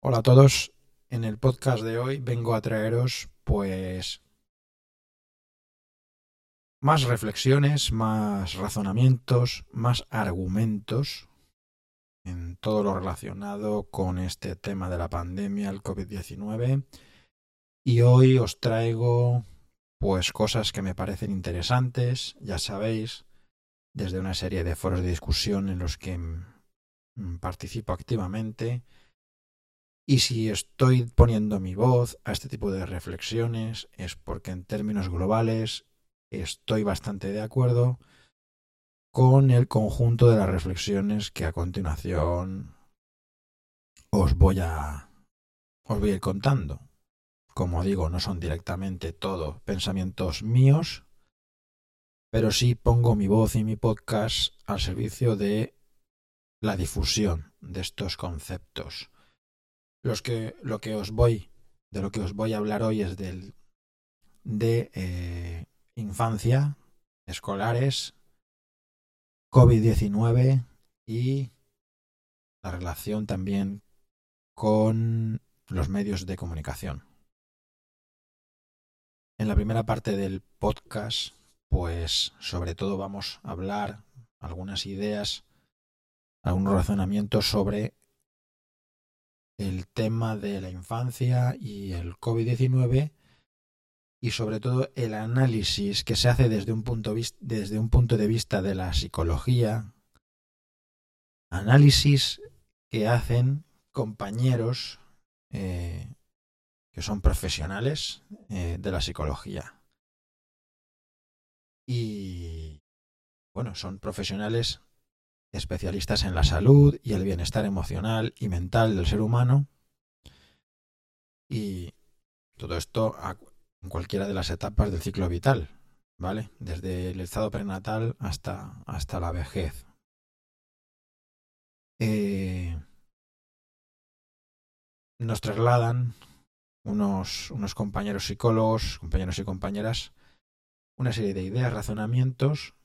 Hola a todos. En el podcast de hoy vengo a traeros pues más reflexiones, más razonamientos, más argumentos en todo lo relacionado con este tema de la pandemia, el COVID-19. Y hoy os traigo pues cosas que me parecen interesantes, ya sabéis, desde una serie de foros de discusión en los que participo activamente. Y si estoy poniendo mi voz a este tipo de reflexiones es porque en términos globales estoy bastante de acuerdo con el conjunto de las reflexiones que a continuación os voy a, os voy a ir contando. Como digo, no son directamente todo pensamientos míos, pero sí pongo mi voz y mi podcast al servicio de la difusión de estos conceptos. De lo que os voy a hablar hoy es de infancia, escolares, COVID-19 y la relación también con los medios de comunicación. En la primera parte del podcast, pues sobre todo vamos a hablar algunas ideas, algunos razonamientos sobre el tema de la infancia y el COVID-19 y sobre todo el análisis que se hace desde un punto de vista de la psicología, análisis que hacen compañeros que son profesionales de la psicología. Y bueno, son profesionales especialistas en la salud y el bienestar emocional y mental del ser humano. Y todo esto en cualquiera de las etapas del ciclo vital, ¿vale? Desde el estado prenatal hasta la vejez. Nos trasladan unos compañeros psicólogos, compañeros y compañeras, una serie de ideas, razonamientos,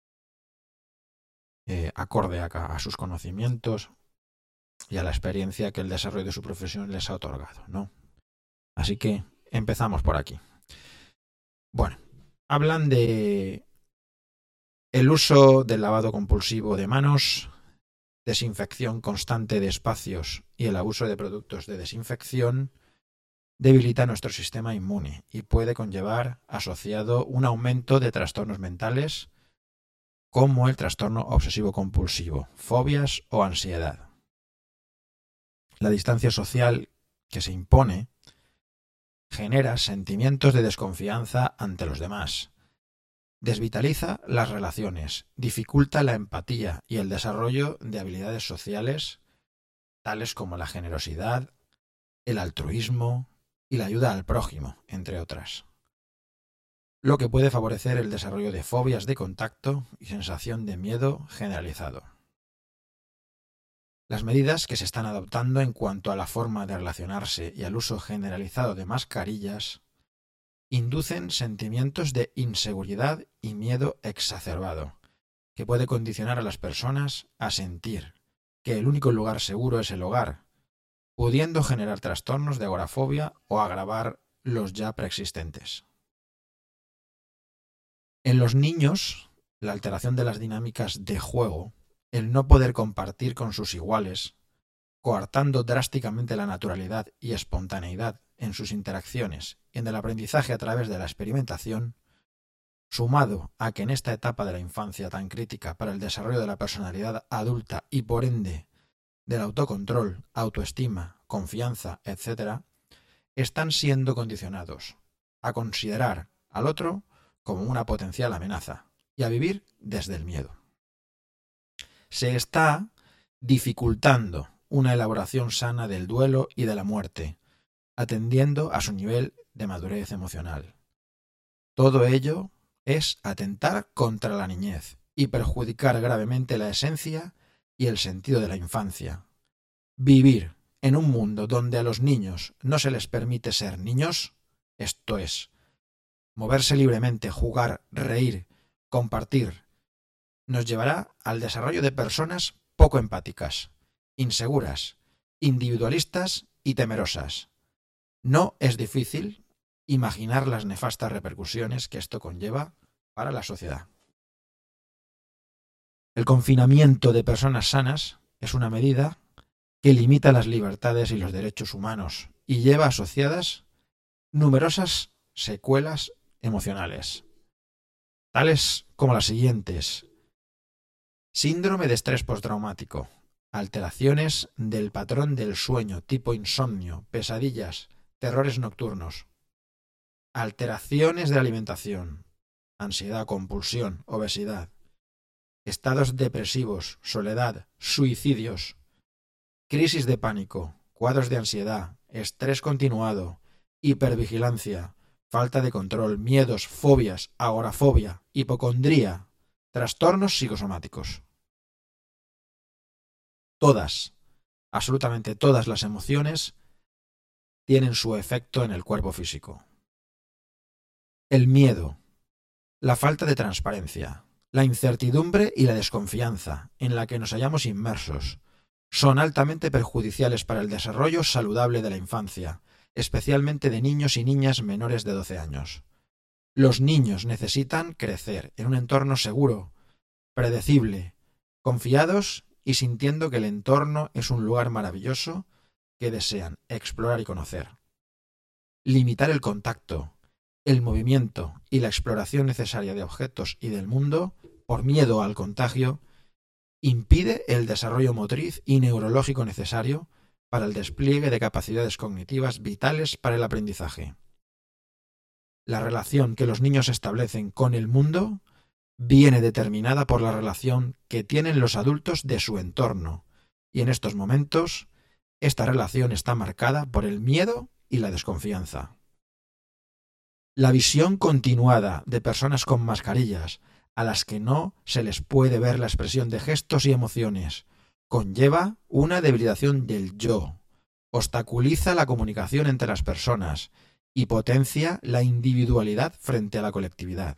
acorde a sus conocimientos y a la experiencia que el desarrollo de su profesión les ha otorgado, ¿no? Así que empezamos por aquí. Bueno, hablan de el uso del lavado compulsivo de manos, desinfección constante de espacios y el abuso de productos de desinfección debilita nuestro sistema inmune y puede conllevar asociado un aumento de trastornos mentales como el trastorno obsesivo-compulsivo, fobias o ansiedad. La distancia social que se impone genera sentimientos de desconfianza ante los demás, desvitaliza las relaciones, dificulta la empatía y el desarrollo de habilidades sociales tales como la generosidad, el altruismo y la ayuda al prójimo, entre otras, lo que puede favorecer el desarrollo de fobias de contacto y sensación de miedo generalizado. Las medidas que se están adoptando en cuanto a la forma de relacionarse y al uso generalizado de mascarillas inducen sentimientos de inseguridad y miedo exacerbado, que puede condicionar a las personas a sentir que el único lugar seguro es el hogar, pudiendo generar trastornos de agorafobia o agravar los ya preexistentes. En los niños, la alteración de las dinámicas de juego, el no poder compartir con sus iguales, coartando drásticamente la naturalidad y espontaneidad en sus interacciones y en el aprendizaje a través de la experimentación, sumado a que en esta etapa de la infancia tan crítica para el desarrollo de la personalidad adulta y por ende del autocontrol, autoestima, confianza, etc., están siendo condicionados a considerar al otro como una potencial amenaza y a vivir desde el miedo. Se está dificultando una elaboración sana del duelo y de la muerte, atendiendo a su nivel de madurez emocional. Todo ello es atentar contra la niñez y perjudicar gravemente la esencia y el sentido de la infancia. Vivir en un mundo donde a los niños no se les permite ser niños, esto es, moverse libremente, jugar, reír, compartir, nos llevará al desarrollo de personas poco empáticas, inseguras, individualistas y temerosas. No es difícil imaginar las nefastas repercusiones que esto conlleva para la sociedad. El confinamiento de personas sanas es una medida que limita las libertades y los derechos humanos y lleva asociadas numerosas secuelas emocionales, tales como las siguientes: síndrome de estrés postraumático, alteraciones del patrón del sueño tipo insomnio, pesadillas, terrores nocturnos, alteraciones de alimentación, ansiedad, compulsión, obesidad, estados depresivos, soledad, suicidios, crisis de pánico, cuadros de ansiedad, estrés continuado, hipervigilancia, falta de control, miedos, fobias, agorafobia, hipocondría, trastornos psicosomáticos. Todas, absolutamente todas las emociones tienen su efecto en el cuerpo físico. El miedo, la falta de transparencia, la incertidumbre y la desconfianza en la que nos hallamos inmersos son altamente perjudiciales para el desarrollo saludable de la infancia, especialmente de niños y niñas menores de 12 años. Los niños necesitan crecer en un entorno seguro, predecible, confiados y sintiendo que el entorno es un lugar maravilloso que desean explorar y conocer. Limitar el contacto, el movimiento y la exploración necesaria de objetos y del mundo, por miedo al contagio, impide el desarrollo motriz y neurológico necesario para el despliegue de capacidades cognitivas vitales para el aprendizaje. La relación que los niños establecen con el mundo viene determinada por la relación que tienen los adultos de su entorno, y en estos momentos esta relación está marcada por el miedo y la desconfianza. La visión continuada de personas con mascarillas a las que no se les puede ver la expresión de gestos y emociones conlleva una debilitación del yo, obstaculiza la comunicación entre las personas y potencia la individualidad frente a la colectividad.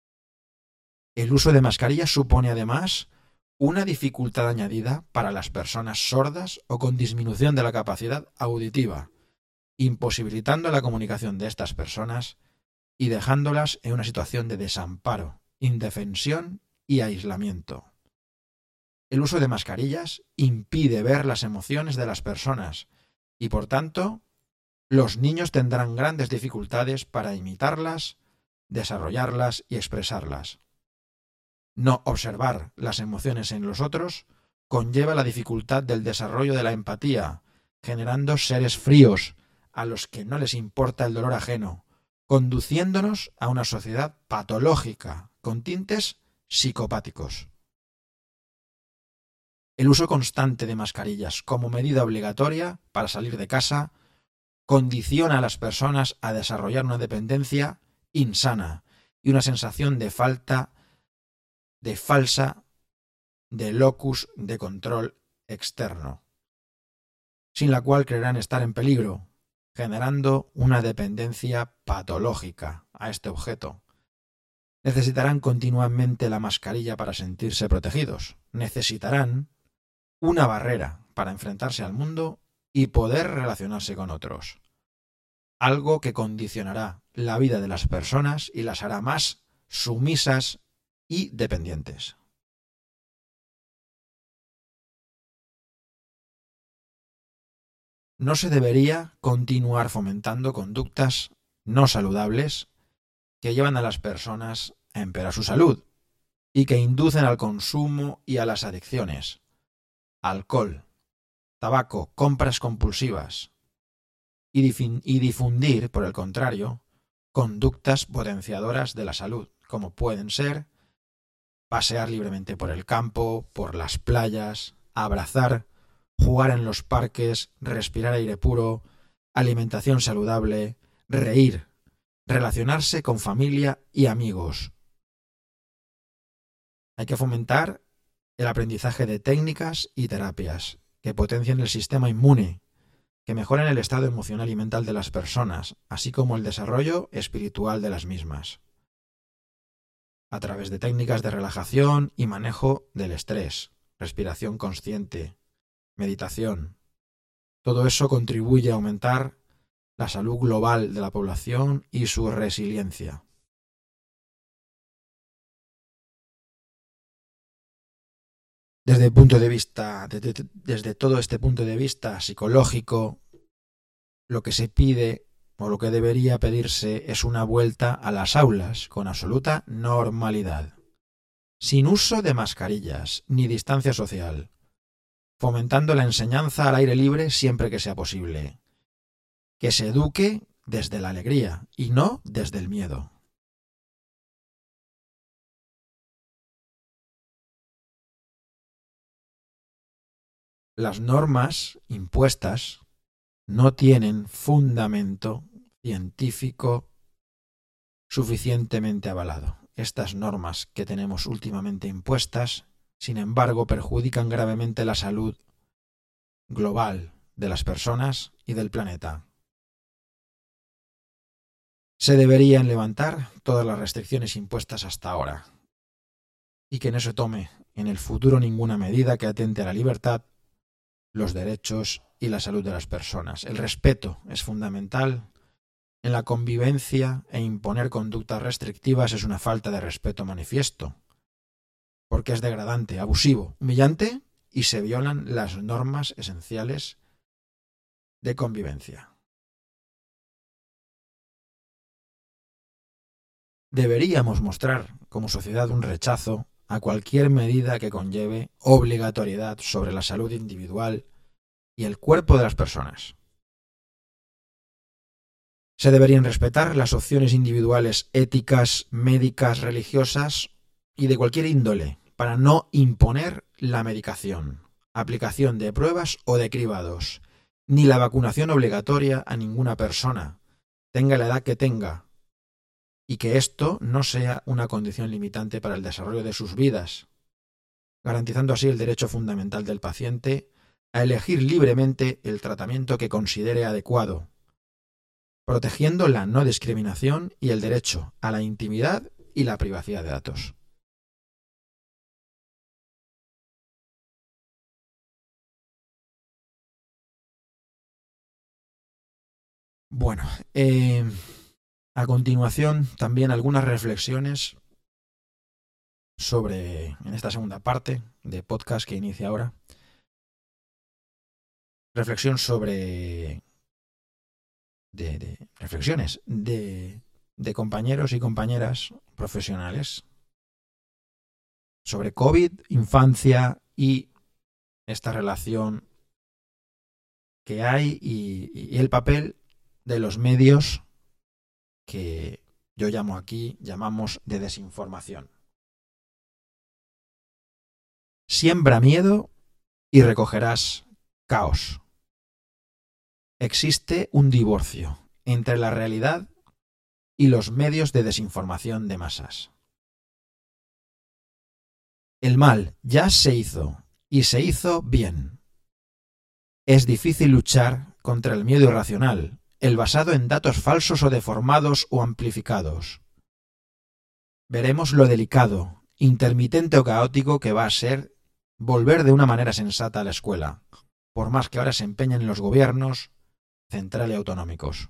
El uso de mascarillas supone además una dificultad añadida para las personas sordas o con disminución de la capacidad auditiva, imposibilitando la comunicación de estas personas y dejándolas en una situación de desamparo, indefensión y aislamiento. El uso de mascarillas impide ver las emociones de las personas y, por tanto, los niños tendrán grandes dificultades para imitarlas, desarrollarlas y expresarlas. No observar las emociones en los otros conlleva la dificultad del desarrollo de la empatía, generando seres fríos a los que no les importa el dolor ajeno, conduciéndonos a una sociedad patológica con tintes psicopáticos. El uso constante de mascarillas como medida obligatoria para salir de casa condiciona a las personas a desarrollar una dependencia insana y una sensación de falsa de locus de control externo, sin la cual creerán estar en peligro, generando una dependencia patológica a este objeto. Necesitarán continuamente la mascarilla para sentirse protegidos. Necesitarán una barrera para enfrentarse al mundo y poder relacionarse con otros. Algo que condicionará la vida de las personas y las hará más sumisas y dependientes. No se debería continuar fomentando conductas no saludables que llevan a las personas a empeorar su salud y que inducen al consumo y a las adicciones, alcohol, tabaco, compras compulsivas y difundir, por el contrario, conductas potenciadoras de la salud, como pueden ser pasear libremente por el campo, por las playas, abrazar, jugar en los parques, respirar aire puro, alimentación saludable, reír, relacionarse con familia y amigos. Hay que fomentar el aprendizaje de técnicas y terapias que potencien el sistema inmune, que mejoren el estado emocional y mental de las personas, así como el desarrollo espiritual de las mismas, a través de técnicas de relajación y manejo del estrés, respiración consciente, meditación. Todo eso contribuye a aumentar la salud global de la población y su resiliencia. Desde todo este punto de vista psicológico, lo que se pide o lo que debería pedirse es una vuelta a las aulas con absoluta normalidad, sin uso de mascarillas ni distancia social, fomentando la enseñanza al aire libre siempre que sea posible, que se eduque desde la alegría y no desde el miedo. Las normas impuestas no tienen fundamento científico suficientemente avalado. Estas normas que tenemos últimamente impuestas, sin embargo, perjudican gravemente la salud global de las personas y del planeta. Se deberían levantar todas las restricciones impuestas hasta ahora y que no se tome en el futuro ninguna medida que atente a la libertad, los derechos y la salud de las personas. El respeto es fundamental en la convivencia e imponer conductas restrictivas es una falta de respeto manifiesto, porque es degradante, abusivo, humillante y se violan las normas esenciales de convivencia. Deberíamos mostrar como sociedad un rechazo a cualquier medida que conlleve obligatoriedad sobre la salud individual y el cuerpo de las personas. Se deberían respetar las opciones individuales éticas, médicas, religiosas y de cualquier índole para no imponer la medicación, aplicación de pruebas o de cribados, ni la vacunación obligatoria a ninguna persona, tenga la edad que tenga, y que esto no sea una condición limitante para el desarrollo de sus vidas, garantizando así el derecho fundamental del paciente a elegir libremente el tratamiento que considere adecuado, protegiendo la no discriminación y el derecho a la intimidad y la privacidad de datos. Bueno, a continuación también algunas reflexiones en esta segunda parte de podcast que inicia ahora, reflexión sobre reflexiones de compañeros y compañeras profesionales sobre COVID, infancia y esta relación que hay y el papel de los medios que yo llamamos de desinformación. Siembra miedo y recogerás caos. Existe un divorcio entre la realidad y los medios de desinformación de masas. El mal ya se hizo y se hizo bien. Es difícil luchar contra el miedo irracional, el basado en datos falsos o deformados o amplificados. Veremos lo delicado, intermitente o caótico que va a ser volver de una manera sensata a la escuela, por más que ahora se empeñen los gobiernos central y autonómicos.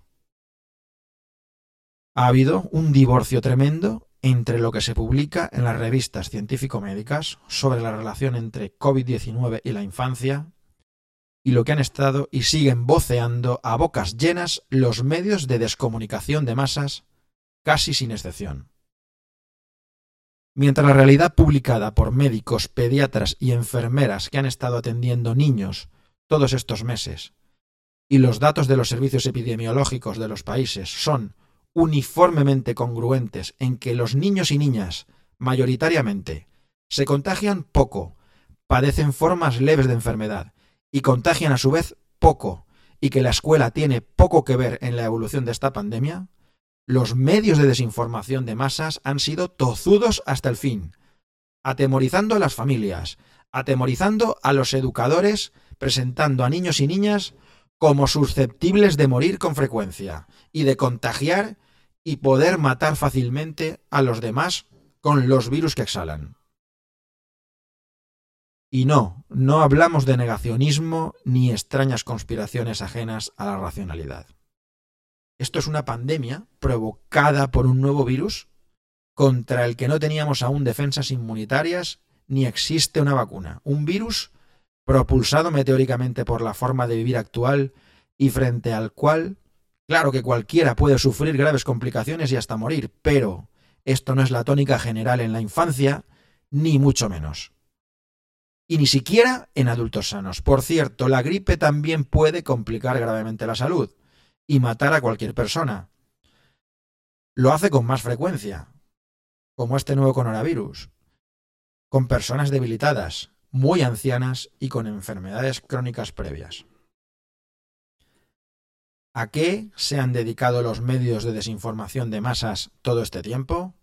Ha habido un divorcio tremendo entre lo que se publica en las revistas científico-médicas sobre la relación entre COVID-19 y la infancia y lo que han estado y siguen voceando a bocas llenas los medios de descomunicación de masas, casi sin excepción. Mientras la realidad publicada por médicos, pediatras y enfermeras que han estado atendiendo niños todos estos meses y los datos de los servicios epidemiológicos de los países son uniformemente congruentes en que los niños y niñas, mayoritariamente, se contagian poco, padecen formas leves de enfermedad y contagian a su vez poco, y que la escuela tiene poco que ver en la evolución de esta pandemia, los medios de desinformación de masas han sido tozudos hasta el fin, atemorizando a las familias, atemorizando a los educadores, presentando a niños y niñas como susceptibles de morir con frecuencia y de contagiar y poder matar fácilmente a los demás con los virus que exhalan. Y no hablamos de negacionismo ni extrañas conspiraciones ajenas a la racionalidad. Esto es una pandemia provocada por un nuevo virus contra el que no teníamos aún defensas inmunitarias ni existe una vacuna. Un virus propulsado meteóricamente por la forma de vivir actual y frente al cual, claro que cualquiera puede sufrir graves complicaciones y hasta morir, pero esto no es la tónica general en la infancia, ni mucho menos. Y ni siquiera en adultos sanos. Por cierto, la gripe también puede complicar gravemente la salud y matar a cualquier persona. Lo hace con más frecuencia, como este nuevo coronavirus, con personas debilitadas, muy ancianas y con enfermedades crónicas previas. ¿A qué se han dedicado los medios de desinformación de masas todo este tiempo?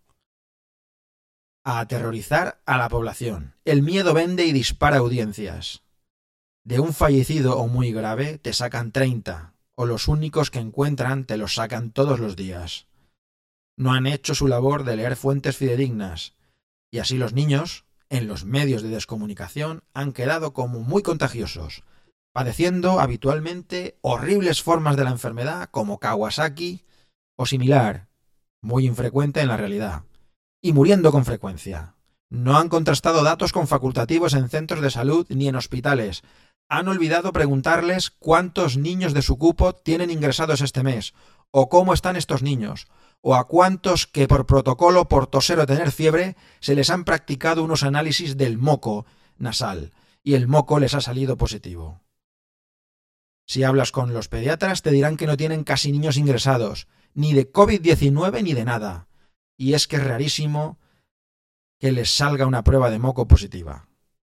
A aterrorizar a la población. El miedo vende y dispara audiencias. De un fallecido o muy grave te sacan 30, o los únicos que encuentran te los sacan todos los días. No han hecho su labor de leer fuentes fidedignas, y así los niños, en los medios de descomunicación, han quedado como muy contagiosos, padeciendo habitualmente horribles formas de la enfermedad como Kawasaki o similar, muy infrecuente en la realidad, y muriendo con frecuencia. No han contrastado datos con facultativos en centros de salud ni en hospitales. Han olvidado preguntarles cuántos niños de su cupo tienen ingresados este mes, o cómo están estos niños, o a cuántos que por protocolo, por toser o tener fiebre, se les han practicado unos análisis del moco nasal, y el moco les ha salido positivo. Si hablas con los pediatras te dirán que no tienen casi niños ingresados, ni de COVID-19 ni de nada, y es que es rarísimo que les salga una prueba de moco positiva.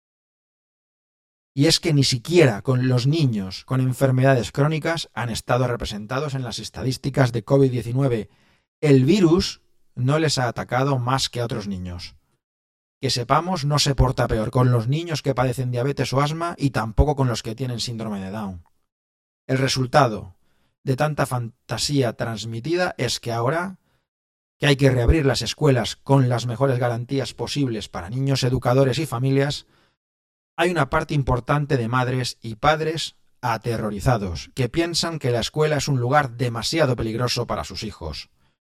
Y es que ni siquiera con los niños con enfermedades crónicas han estado representados en las estadísticas de COVID-19. El virus no les ha atacado más que a otros niños. Que sepamos, no se porta peor con los niños que padecen diabetes o asma y tampoco con los que tienen síndrome de Down. El resultado de tanta fantasía transmitida es que ahora que hay que reabrir las escuelas con las mejores garantías posibles para niños, educadores y familias, hay una parte importante de madres y padres aterrorizados que piensan que la escuela es un lugar demasiado peligroso para sus hijos.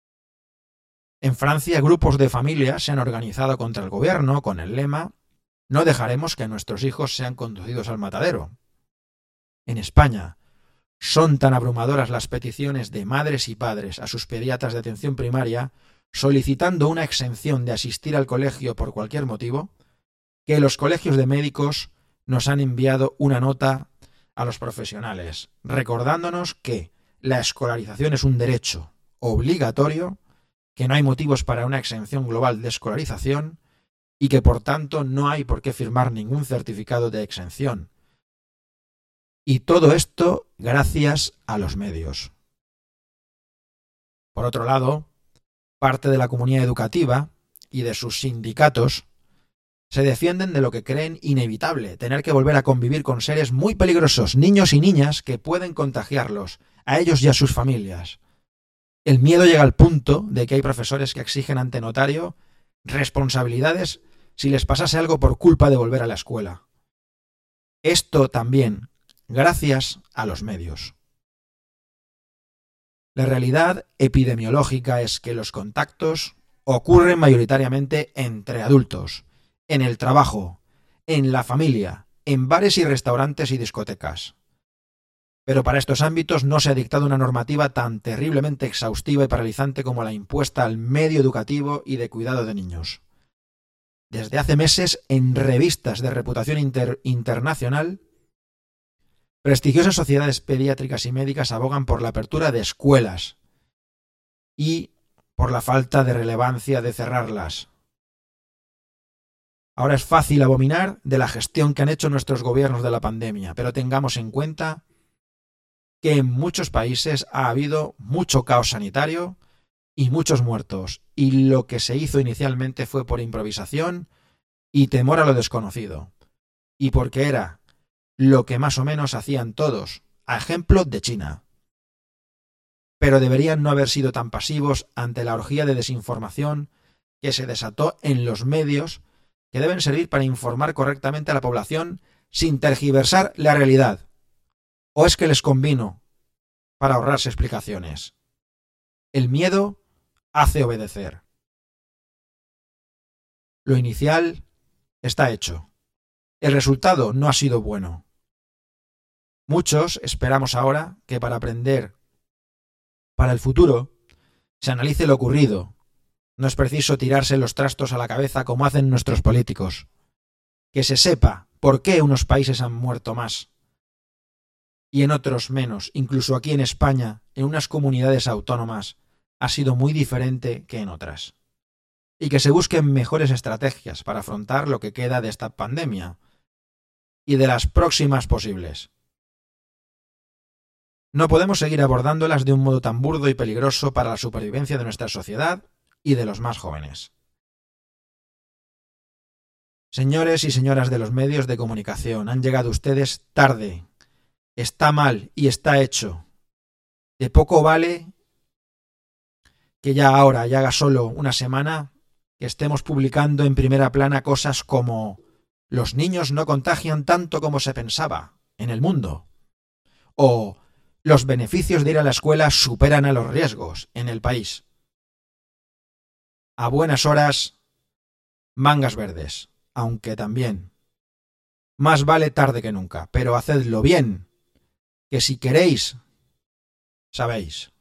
En Francia, grupos de familias se han organizado contra el gobierno con el lema «No dejaremos que nuestros hijos sean conducidos al matadero». En España, son tan abrumadoras las peticiones de madres y padres a sus pediatras de atención primaria solicitando una exención de asistir al colegio por cualquier motivo, que los colegios de médicos nos han enviado una nota a los profesionales, recordándonos que la escolarización es un derecho obligatorio, que no hay motivos para una exención global de escolarización y que por tanto no hay por qué firmar ningún certificado de exención. Y todo esto gracias a los medios. Por otro lado, parte de la comunidad educativa y de sus sindicatos se defienden de lo que creen inevitable, tener que volver a convivir con seres muy peligrosos, niños y niñas que pueden contagiarlos, a ellos y a sus familias. El miedo llega al punto de que hay profesores que exigen ante notario responsabilidades si les pasase algo por culpa de volver a la escuela. Esto también gracias a los medios. La realidad epidemiológica es que los contactos ocurren mayoritariamente entre adultos, en el trabajo, en la familia, en bares y restaurantes y discotecas. Pero para estos ámbitos no se ha dictado una normativa tan terriblemente exhaustiva y paralizante como la impuesta al medio educativo y de cuidado de niños. Desde hace meses, en revistas de reputación internacional, prestigiosas sociedades pediátricas y médicas abogan por la apertura de escuelas y por la falta de relevancia de cerrarlas. Ahora es fácil abominar de la gestión que han hecho nuestros gobiernos de la pandemia, pero tengamos en cuenta que en muchos países ha habido mucho caos sanitario y muchos muertos, y lo que se hizo inicialmente fue por improvisación y temor a lo desconocido, y porque era lo que más o menos hacían todos, a ejemplo de China. Pero deberían no haber sido tan pasivos ante la orgía de desinformación que se desató en los medios, que deben servir para informar correctamente a la población sin tergiversar la realidad. ¿O es que les convino para ahorrarse explicaciones? El miedo hace obedecer. Lo inicial está hecho. El resultado no ha sido bueno. Muchos esperamos ahora que para aprender para el futuro se analice lo ocurrido. No es preciso tirarse los trastos a la cabeza como hacen nuestros políticos. Que se sepa por qué unos países han muerto más y en otros menos. Incluso aquí en España, en unas comunidades autónomas, ha sido muy diferente que en otras. Y que se busquen mejores estrategias para afrontar lo que queda de esta pandemia y de las próximas posibles. No podemos seguir abordándolas de un modo tan burdo y peligroso para la supervivencia de nuestra sociedad y de los más jóvenes. Señores y señoras de los medios de comunicación, han llegado ustedes tarde. Está mal y está hecho. De poco vale que ya ahora, ya haga solo una semana, que estemos publicando en primera plana cosas como los niños no contagian tanto como se pensaba en el mundo, o los beneficios de ir a la escuela superan a los riesgos en el país. A buenas horas, mangas verdes, aunque también. Más vale tarde que nunca, pero hacedlo bien, que si queréis, sabéis.